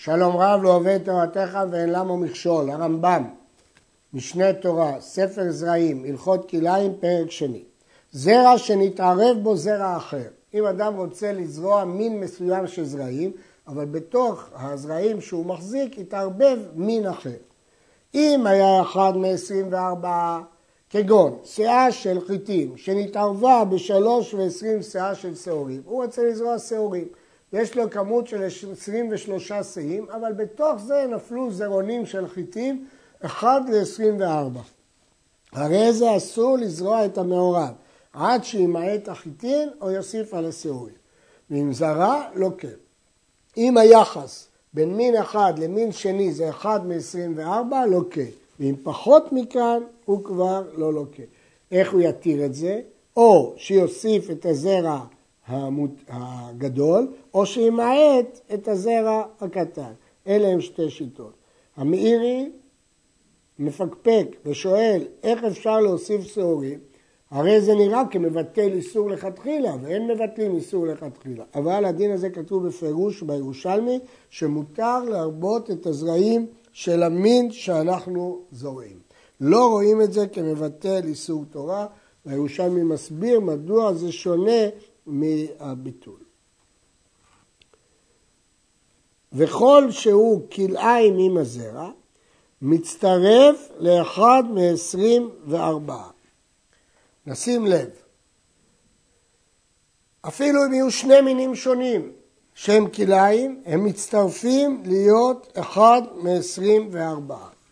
שלום רב לא אוהב את תורתך ואין למה מכשול. הרמב"ם, משנה תורה, ספר זרעים, הלכות כליים, פרק שני. זרע שנתערב בו זרע אחר. אם אדם רוצה לזרוע מין מסוים של זרעים, אבל בתוך הזרעים שהוא מחזיק יתערבב מין אחר. אם היה אחד מ-24, כגון שאה של חיטים שנתערבה ב3.20 שאה של שעורים, הוא רוצה לזרוע שעורים. יש לו כמות של 23 שאים, אבל בתוך זה נפלו זרעונים של חיטים 1:24. הרי זה אסור לזרוע את המעורב, עד שימעט החיטין או יוסיף על השעורים. ואם זרע, לא כן. אם היחס בין מין אחד למין שני זה 1:24, לא כן. ואם פחות מכאן, הוא כבר לא לוקה. איך הוא יתיר את זה? או שיוסיף את הזרע הגדול, או שימעט את הזרע הקטן. אלה הם שתי שיטות. המאירי מפקפק ושואל איך אפשר להוסיף שעורים, הרי זה נראה כמבטל איסור לכתחילה, ואין מבטלים איסור לכתחילה. אבל הדין הזה כתוב בפירוש בירושלמי, שמותר להרבות את הזרעים של המין שאנחנו זורעים. לא רואים את זה כמבטל איסור תורה, והירושלמי מסביר מדוע זה שונה מהביטול. וכל שהוא כלאיים עם הזרע, מצטרף לאחד מ-24. נשים לב, אפילו אם יהיו שני מינים שונים שהם כלאיים, הם מצטרפים להיות אחד מ-24.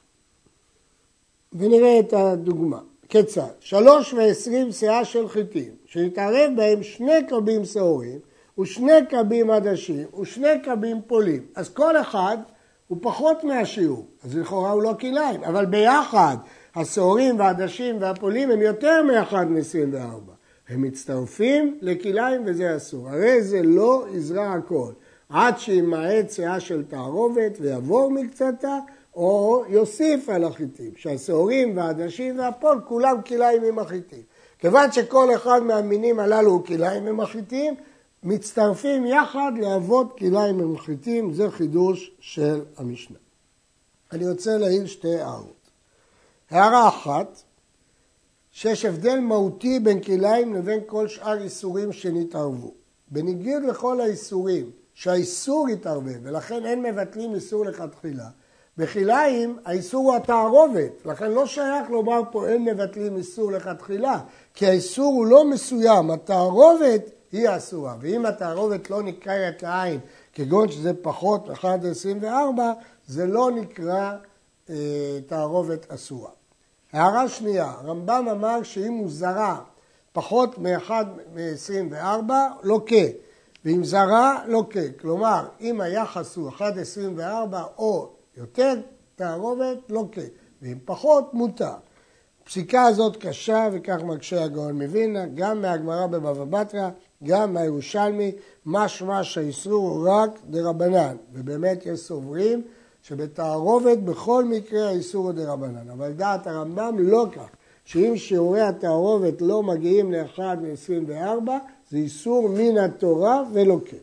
ונראה את הדוגמה. כיצד? 3:20 שאה של חיטים, שנתערב בהם 2 קבים שעורים, ו2 קבים עדשים, ו2 קבים פולים. אז כל אחד הוא פחות מהשיעור, אז לכאורה הוא לא כלאיים, אבל ביחד השעורים והעדשים והפולים הם יותר מ-1:24. הם מצטרפים לכלאיים וזה אסור. הרי זה לא יזרע הכל, עד שימעט שאה של תערובת ויעבור מקצתה, או יוסיף על החיטים, שהשעורים והעדשים והפול כולם כלאיים עם החיטים. כיוון שכל אחד מהמינים הללו הוא כלאיים עם החיטים, מצטרפים יחד להוות כלאיים עם החיטים, זה חידוש של המשנה. אני רוצה להעיר שתי הערות. הערה אחת, שיש הבדל מהותי בין כלאיים לבין כל שאר איסורים שנתערבו. בניגוד לכל האיסורים, שהאיסור יתערבב, ולכן אין מבטלים איסור לכתחילה, בכלאיים האיסור הוא התערובת, לכן לא שייך לומר פה אין מבטלים איסור לכתחילה, כי האיסור הוא לא מסוים, התערובת היא אסורה, ואם התערובת לא נקראת לעין, כגון שזה פחות 1:24, זה לא נקרא תערובת אסורה. הערה שנייה, רמב"ם אמר שאם הוא זרע פחות מ-1:24, לוקה, ואם זרע, לוקה. כלומר, אם היחס הוא 1:24 או יותר תערובת, לוקה, ואם פחות, מותר. הפסיקה הזאת קשה, וכך מקשה הגאון מווילנה, גם מהגמרא בבבא בתרא, גם מהירושלמי, משמע שהאיסור הוא רק דרבנן, ובאמת יש סוברים שבתערובת בכל מקרה האיסור הוא דרבנן, אבל דעת הרמב"ם לא כך, שאם שיעורי התערובת לא מגיעים ל-1:24, זה איסור מן התורה ולא כן.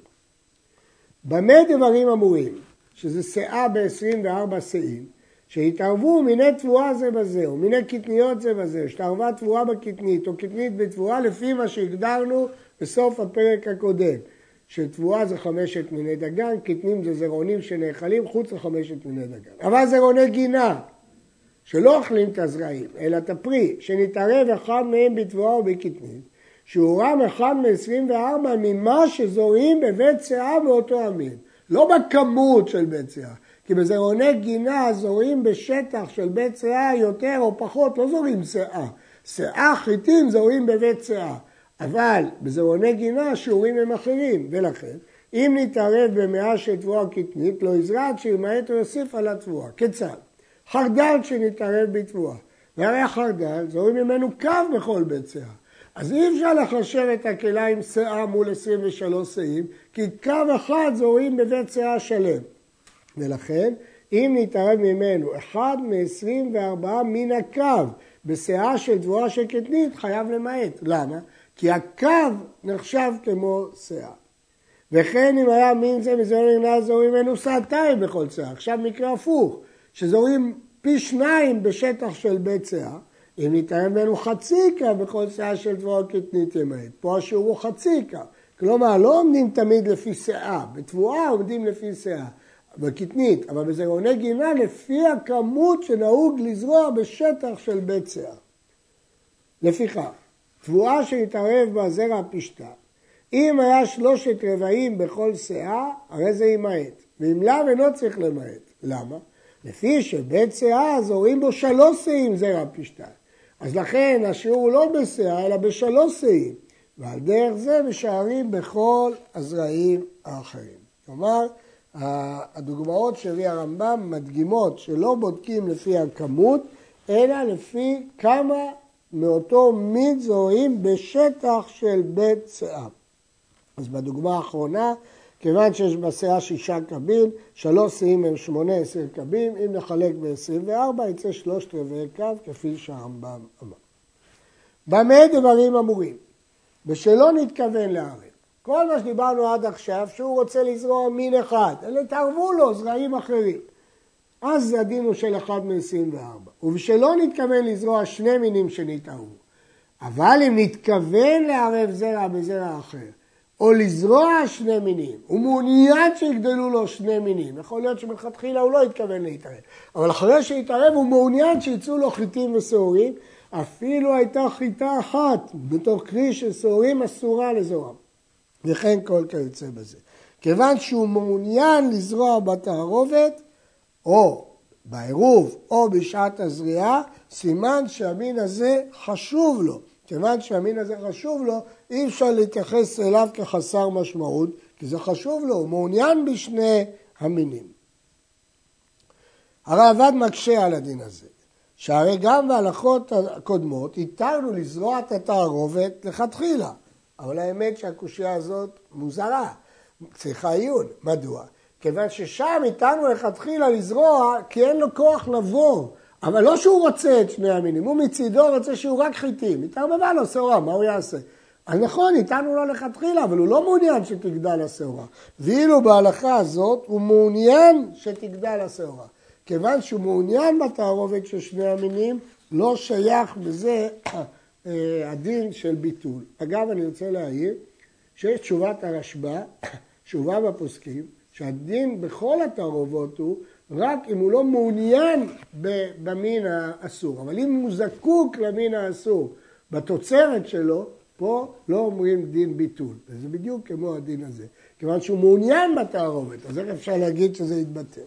במה דברים אמורים? שזה שאה ב-24 שאים, שהתערבו מיני תבואה זה בזה, או מיני קטניות זה בזה, שתערבה תבואה בקטנית, או קטנית בתבואה, לפי מה שהגדרנו בסוף הפרק הקודם, שתבואה זה 5 מיני דגן, קטנים זה זרעונים שנאכלים, חוץ ל5 מיני דגן. אבל זרעוני גינה, שלא אוכלים את הזרעים, אלא את הפרי, שנתערב אחד מהם בתבואה או בקטנית, שיעורם 1:24 ממה שזורעים בבית שאה באותו המין. לא בכמות של בית שאה, כי בזרעוני גינה זורעים בשטח של בית שאה יותר או פחות, לא זורעים שאה. שאה חיטים זורעים בבית שאה, אבל בזרעוני גינה שיעורים הם אחרים, ולכן אם נתערב במאה של תבואה קטנית, לא יזרע עד שימעט או יוסיף על התבואה. כיצד? חרדל שנתערב בתבואה, והרי החרדל זורעים ממנו קו בכל בית שאה. אז אי אפשר לחשב את הכלאיים שאה מול 23 שאים, כי קו אחד זורעים בבית שאה שלם. ולכן, אם נתערב ממנו 1:24 מן הקו בשאה של תבואה של קטנית, חייב למעט. למה? כי הקו נחשב כמו שאה. וכן אם היה מין זה מזוהר נגנז זורים ממנו שעתיים בכל שאה. עכשיו מקרה הפוך, שזורים פי 2 בשטח של בית שאה, אם ניתן ממנו חצי קו בכל שאה של תבואה קטנית למעט. פה השיעור הוא חצי קו. כלומר, לא עומדים תמיד לפי שאה, בתבואה עומדים לפי שאה, בקטנית, אבל בזרעוני גינה לפי הכמות שנהוג לזרוע בשטח של בית שאה. לפיכך, תבואה שהתערב בה זרע פשטה, אם היה 3/4 בכל שאה, הרי זה ימעט, ואם לאו אינו צריך למעט. למה? לפי שבית שאה זורעים בו 3 שאים זרע פשטה. אז לכן השיעור הוא לא בשאה, אלא ב3 שאים. ועל דרך זה משערים בכל הזרעים האחרים. כלומר, הדוגמאות שהביא הרמב"ם מדגימות שלא בודקים לפי הכמות, אלא לפי כמה מאותו מין זורעים בשטח של בית שאה. אז בדוגמה האחרונה, כיוון שיש בשאה 6 קבין, 3 שאים הם 18 קבין, אם נחלק ב-24 יצא 3/4 קו, כפי שהרמב"ם אמר. במה דברים אמורים? ושלא נתכוון לערב. כל מה שדיברנו עד עכשיו, שהוא רוצה לזרוע מין אחד, אלה תערבו לו זרעים אחרים. אז הדין הוא של 1/24. ובשלא נתכוון לזרוע 2 מינים שנתערבו. אבל אם נתכוון לערב זרע בזרע אחר, או לזרוע 2 מינים, הוא מעוניין שיגדלו לו 2 מינים. יכול להיות שמלכתחילה הוא לא התכוון להתערב. אבל אחרי שהתערב הוא מעוניין שיצאו לו חיטים ושעורים, אפילו הייתה חיטה אחת בתוך כלי של שעורים אסורה לזרוע. וכן כל כיוצא בזה. כיוון שהוא מעוניין לזרוע בתערובת, או בעירוב, או בשעת הזריעה, סימן שהמין הזה חשוב לו. כיוון שהמין הזה חשוב לו, אי אפשר להתייחס אליו כחסר משמעות, כי זה חשוב לו, הוא מעוניין בשני המינים. הרעב"ד מקשה על הדין הזה, שהרי גם בהלכות הקודמות התרנו לזרוע את התערובת לכתחילה, אבל האמת שהקושיה הזאת מוזרה, צריכה עיון. מדוע? כיוון ששם התרנו לכתחילה לזרוע כי אין לו כוח לבור, אבל לא שהוא רוצה את שני המינים, הוא מצידו רוצה שהוא רק חיטים, התערבבה לו שעורה, מה הוא יעשה? אז נכון, איתנו לא לכתחילה, אבל הוא לא מעוניין שתגדל השעורה. ואילו בהלכה הזאת הוא מעוניין שתגדל השעורה. כיוון שהוא מעוניין בתערובת של שני המינים, לא שייך בזה הדין של ביטול. אגב, אני רוצה להעיר שיש תשובת הרשב"א, תשובה בפוסקים, שהדין בכל התערובות הוא רק אם הוא לא מעוניין במין האסור. אבל אם הוא זקוק למין האסור בתוצרת שלו, פה לא אומרים דין ביטול. וזה בדיוק כמו הדין הזה. כיוון שהוא מעוניין בתערובת, אז איך אפשר להגיד שזה יתבטל?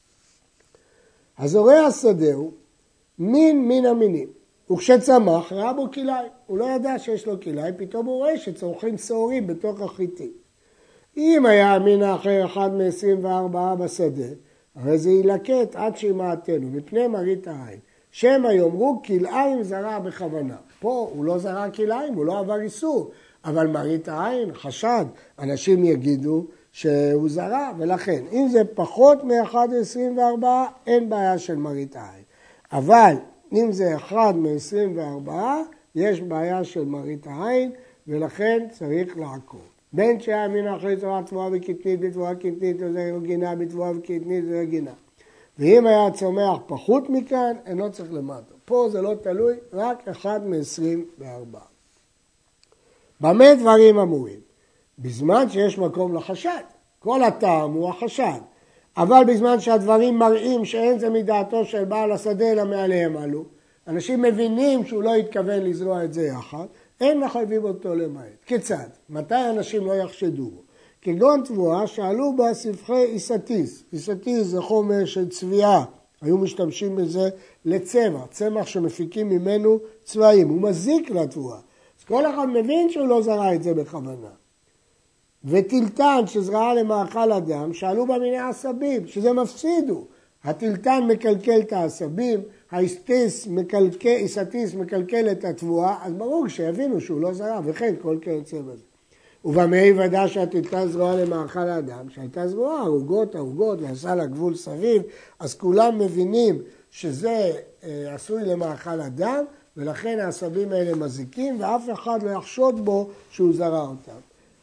הזורע השדה הוא מין המינים. וכשצמח ראה בו כלאיים. הוא לא ידע שיש לו כלאיים, פתאום הוא רואה שצורכים שעורים בתוך החיטים. אם היה המין האחר 1/24 בשדה, הרי זה ילקט עד שימעטנו, מפני מראית העין. שמא יאמרו כלאיים זרע בכוונה. פה הוא לא זרע כלאיים, הוא לא עבר איסור, אבל מראית העין, חשד, אנשים יגידו שהוא זרע, ולכן אם זה פחות מ-1/24 אין בעיה של מראית העין. אבל אם זה 1/24 יש בעיה של מראית העין, ולכן צריך לעקוב. בין שהיה המין האחר זרע תבואה וקטנית בתבואה קטנית וזה גינה בתבואה וקטנית וזה גינה. ואם היה צומח פחות מכאן, אינו צריך למטה. פה זה לא תלוי, רק 1/24. במה דברים אמורים? בזמן שיש מקום לחשד. כל הטעם הוא החשד. אבל בזמן שהדברים מראים שאין זה מדעתו של בעל השדה אלא מעליהם עלו, אנשים מבינים שהוא לא התכוון לזרוע את זה יחד, אין מחייבים אותו למעט. כיצד? מתי אנשים לא יחשדו בו? כגון תבואה שעלו בה סבכי איסטיס. איסטיס זה חומר של צביעה. היו משתמשים בזה לצבע, צמח שמפיקים ממנו צבעים. הוא מזיק לתבואה. אז כל אחד מבין שהוא לא זרע את זה בכוונה. וטלטן שזרעה למאכל אדם, שעלו בה מיני עשבים, שזה מפסידו. הטלטן מקלקל את העשבים, האיסטיס מקלקל את התבואה, אז ברור שיבינו שהוא לא זרע, וכן כל כיוצא בזה. ובמה יוודא שהטלטן זרוע למאכל האדם, שהייתה זרוע ערוגות, ועשה לה גבול סביב, אז כולם מבינים שזה עשוי למאכל אדם, ולכן העשבים האלה מזיקים, ואף אחד לא יחשוד בו שהוא זרע אותם.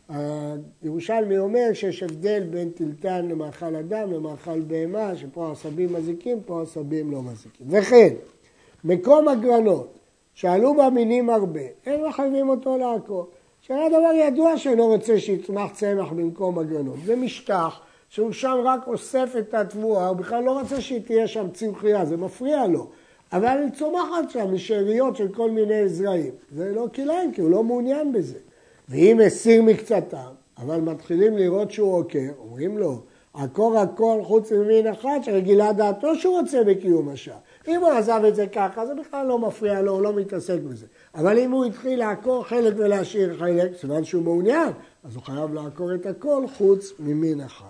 ירושלמי אומר שיש הבדל בין טלטן למאכל אדם למאכל בהמה, שפה העשבים מזיקים, פה העשבים לא מזיקים. וכן, מקום הגרנות שעלו במינים הרבה, אין מחייבים אותו לעקור. שהיה דבר ידוע שאינו רוצה שיצמח צמח במקום הגרנות. זה משטח שהוא שם רק אוסף את התבואה, הוא בכלל לא רוצה שהיא תהיה שם צמחייה, זה מפריע לו. אבל היא צומחת שם משאריות של כל מיני זרעים. זה לא כליים, כי הוא לא מעוניין בזה. ואם הסיר מקצתם, אבל מתחילים לראות שהוא עוקר, אומרים לו, עקור הכל חוץ ממין אחד, שרגילה דעתו שהוא רוצה בקיום השעה. אם הוא עזב את זה ככה, זה בכלל לא מפריע לו, הוא לא מתעסק בזה. אבל אם הוא התחיל לעקור חלק ולהשאיר חלק, סימן שהוא מעוניין, אז הוא חייב לעקור את הכל חוץ ממין אחד.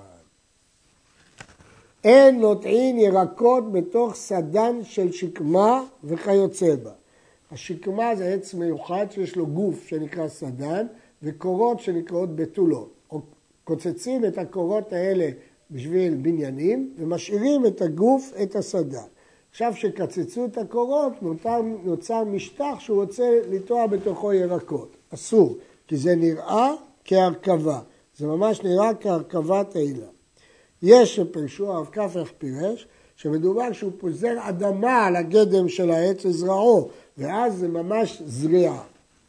אין נוטעין ירקות בתוך סדן של שקמה וכיוצא בה. השקמה זה עץ מיוחד שיש לו גוף שנקרא סדן וקורות שנקראות בתולות. קוצצים את הקורות האלה בשביל בניינים ומשאירים את הגוף, את הסדן. עכשיו שקצצו את הקורות נוצר משטח שהוא רוצה לטוע בתוכו ירקות. אסור, כי זה נראה כהרכבה. זה ממש נראה כהרכבת העילה. יש שפרשו, הרב כפך פירש, שמדובר שהוא פוזר אדמה על הגדם של העץ לזרעו, ואז זה ממש זריעה.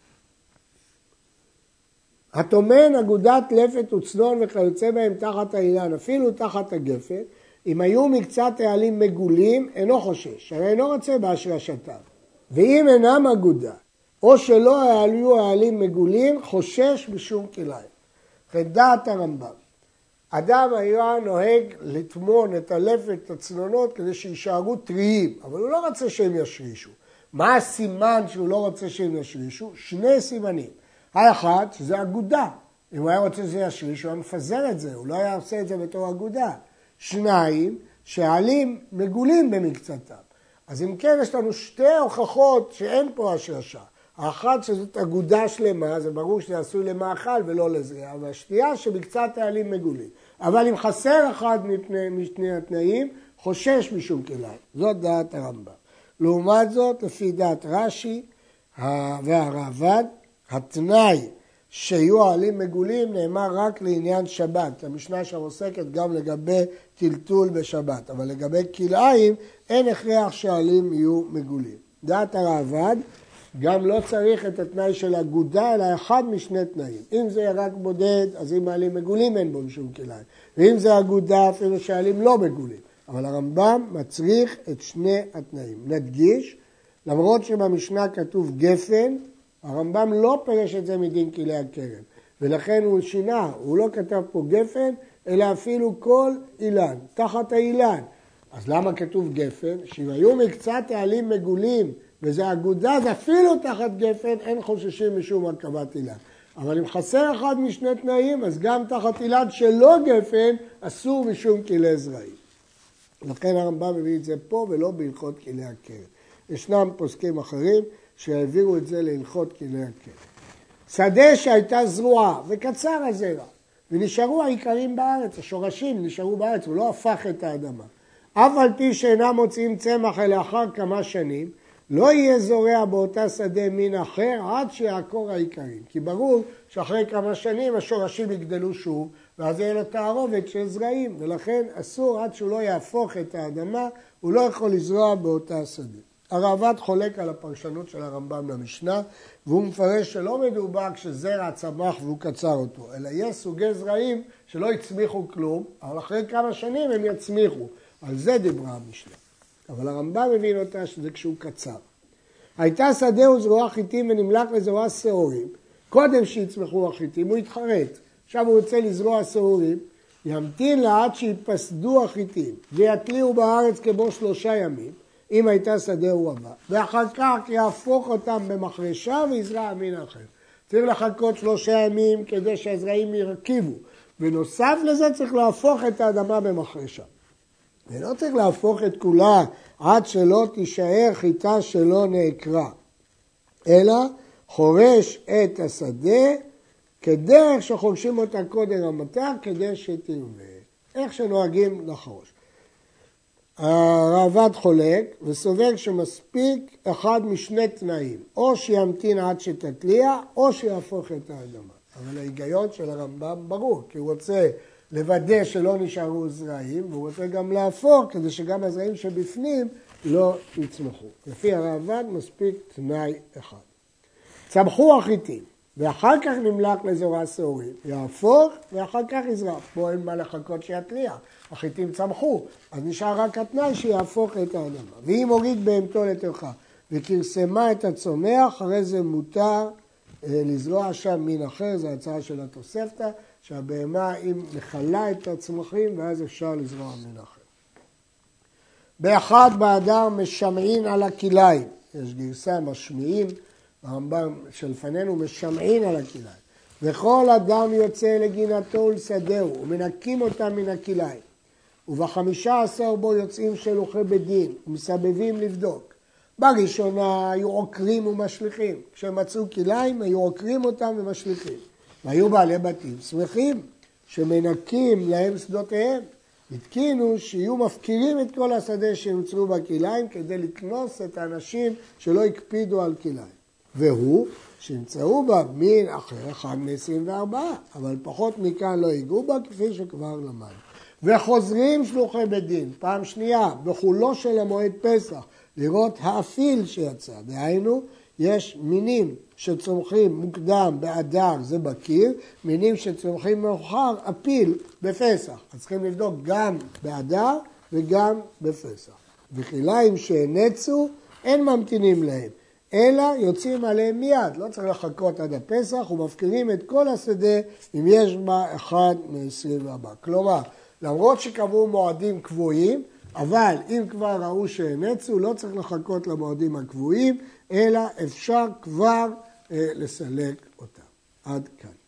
הטומן אגודת לפת וצנון וכיוצא בהם תחת האילן, אפילו תחת הגפן, אם היו מקצת העלים מגולים, אינו חושש, הרי אינו רוצה בהשרשתם. ואם אינם אגודה, או שלא היו העלים מגולים, חושש בשום כליים. דעת הרמב"ם. אדם היה נוהג לטמון את הלפת, את הצנונות, כדי שישארו טריים, אבל הוא לא רוצה שהם ישרישו. מה הסימן שהוא לא רוצה שהם ישרישו? שני סימנים. האחד, שזה אגודה. אם הוא היה רוצה שזה ישריש, הוא היה מפזר את זה, הוא לא היה עושה את זה בתור אגודה. שניים, שהעלים מגולים במקצתם. אז אם כן, יש לנו שתי הוכחות שאין פה השרשה. האחת שזאת אגודה שלמה, זה ברור שזה עשוי למאכל ולא לזריעה, והשנייה שבקצת העלים מגולים. אבל אם חסר אחד משני התנאים, חושש משום כליים. זאת דעת הרמב"ם. לעומת זאת, לפי דעת רש"י והרעב"ד, התנאי שיהיו העלים מגולים נאמר רק לעניין שבת. המשנה שם עוסקת גם לגבי טלטול בשבת, אבל לגבי כלאיים אין הכרח שהעלים יהיו מגולים. דעת הרעב"ד, גם לא צריך את התנאי של אגודה, אלא אחד משני תנאים. אם זה רק בודד, אז אם העלים מגולים אין בו משום כליים. ואם זה אגודה, אפילו שהעלים לא מגולים. אבל הרמב"ם מצריך את שני התנאים. נדגיש, למרות שבמשנה כתוב גפן, הרמב"ם לא פרש את זה מדין כלי הכרם. ולכן הוא שינה, הוא לא כתב פה גפן, אלא אפילו כל אילן, תחת האילן. אז למה כתוב גפן? שאם היו מקצת העלים מגולים, וזה אגודה, זה אפילו תחת גפן, אין חוששים משום הרכבת אילן. אבל אם חסר אחד משני תנאים, אז גם תחת אילן שלא גפן, אסור משום כלי זרעים. לכן הרמב"ם מביא את זה פה ולא בהלכות כלי הכרם. ישנם פוסקים אחרים שהעבירו את זה להלכות כלי הכרם. שדה שהייתה זרועה וקצר הזרע, ונשארו העיקרים בארץ, השורשים נשארו בארץ, הוא לא הפך את האדמה. אף על פי שאינם מוצאים צמח אלא אחר כמה שנים, לא יהיה זורע באותה שדה מין אחר עד שיעקור העיקרים. כי ברור שאחרי כמה שנים השורשים יגדלו שוב, ואז יהיה לו תערובת של זרעים, ולכן אסור עד שהוא לא יהפוך את האדמה, הוא לא יכול לזרוע באותה שדה. הרעב"ד חולק על הפרשנות של הרמב"ם למשנה, והוא מפרש שלא מדובר כשזרע צמח והוא קצר אותו, אלא יש סוגי זרעים שלא יצמיחו כלום, אבל אחרי כמה שנים הם יצמיחו. על זה דיברה המשנה. אבל הרמב"ם מבין אותה שזה כשהוא קצר. הייתה שדה וזרוע חיטים ונמלק לזרוע שעורים. קודם שיצמחו החיטים הוא התחרט. עכשיו הוא רוצה לזרוע שעורים, ימתין לה עד שיפסדו החיטים ויתליעו בארץ כמו 3 ימים, אם הייתה שדה הוא הבא. ואחר כך יהפוך אותם במחרשה ויזרע מין אחר. צריך לחכות 3 ימים כדי שהזרעים ירכיבו. ונוסף לזה צריך להפוך את האדמה במחרשה. ולא צריך להפוך את כולה עד שלא תישאר חיטה שלא נעקרה, אלא חורש את השדה כדרך שחורשים אותה קודם המטר כדי שתרווה. איך שנוהגים לחרוש. הרעב"ד חולק וסובר שמספיק אחד משני תנאים, או שימתין עד שתתליע או שיהפוך את האדמה. אבל ההיגיון של הרמב"ם ברור, כי הוא רוצה לוודא שלא נשארו זרעים, והוא רוצה גם להפוך כדי שגם הזרעים שבפנים לא יצמחו. לפי הרעב"ד מספיק תנאי אחד. צמחו החיטים, ואחר כך נמלח לזורע שעורים, יהפוך ואחר כך יזרע. פה אין מה לחכות שיטריח, החיטים צמחו, אז נשאר רק התנאי שיהפוך את האדמה. ואם הוריד בהמתו לטרחה וכרסמה את הצומח, הרי זה מותר לזרוע שם מין אחר, זו הצעה של התוספתא, שהבהמה היא מכלה את הצמחים ואז אפשר לזרוע מין אחר. באחד באדר משמעין על הכליים, יש גרסה משמיעים, הרמב"ם שלפנינו משמעין על הכליים. וכל אדם יוצא לגינתו ולשדהו ומנקים אותם מן הכליים. וב15 בו יוצאים שלוחי בדין ומסבבים לבדוק. בראשונה היו עוקרים ומשליכים. כשהם מצאו כליים היו עוקרים אותם ומשליכים. והיו בעלי בתים שמחים שמנקים להם שדותיהם. התקינו שיהיו מפקירים את כל השדה שנוצרו בכליים כדי לקנוס את האנשים שלא הקפידו על כליים. והוא שנמצאו בה מין אחר 1 מ-24, אבל פחות מכאן לא היגעו בה כפי שכבר למד. וחוזרים שלוחי בית דין, פעם שנייה, בחולו של המועד פסח, לראות האפיל שיצא. דהיינו, יש מינים שצומחים מוקדם באדר, זה בקיר, מינים שצומחים מאוחר, אפיל בפסח. אז צריכים לבדוק גם באדר וגם בפסח. וכליים שנצו, אין ממתינים להם, אלא יוצאים עליהם מיד, לא צריך לחכות עד הפסח, ומפקירים את כל השדה אם יש בה 1 מ-24. כלומר, למרות שקבעו מועדים קבועים, אבל אם כבר ראו שנצו, לא צריך לחכות למועדים הקבועים, אלא אפשר כבר לסלק אותם. עד כאן.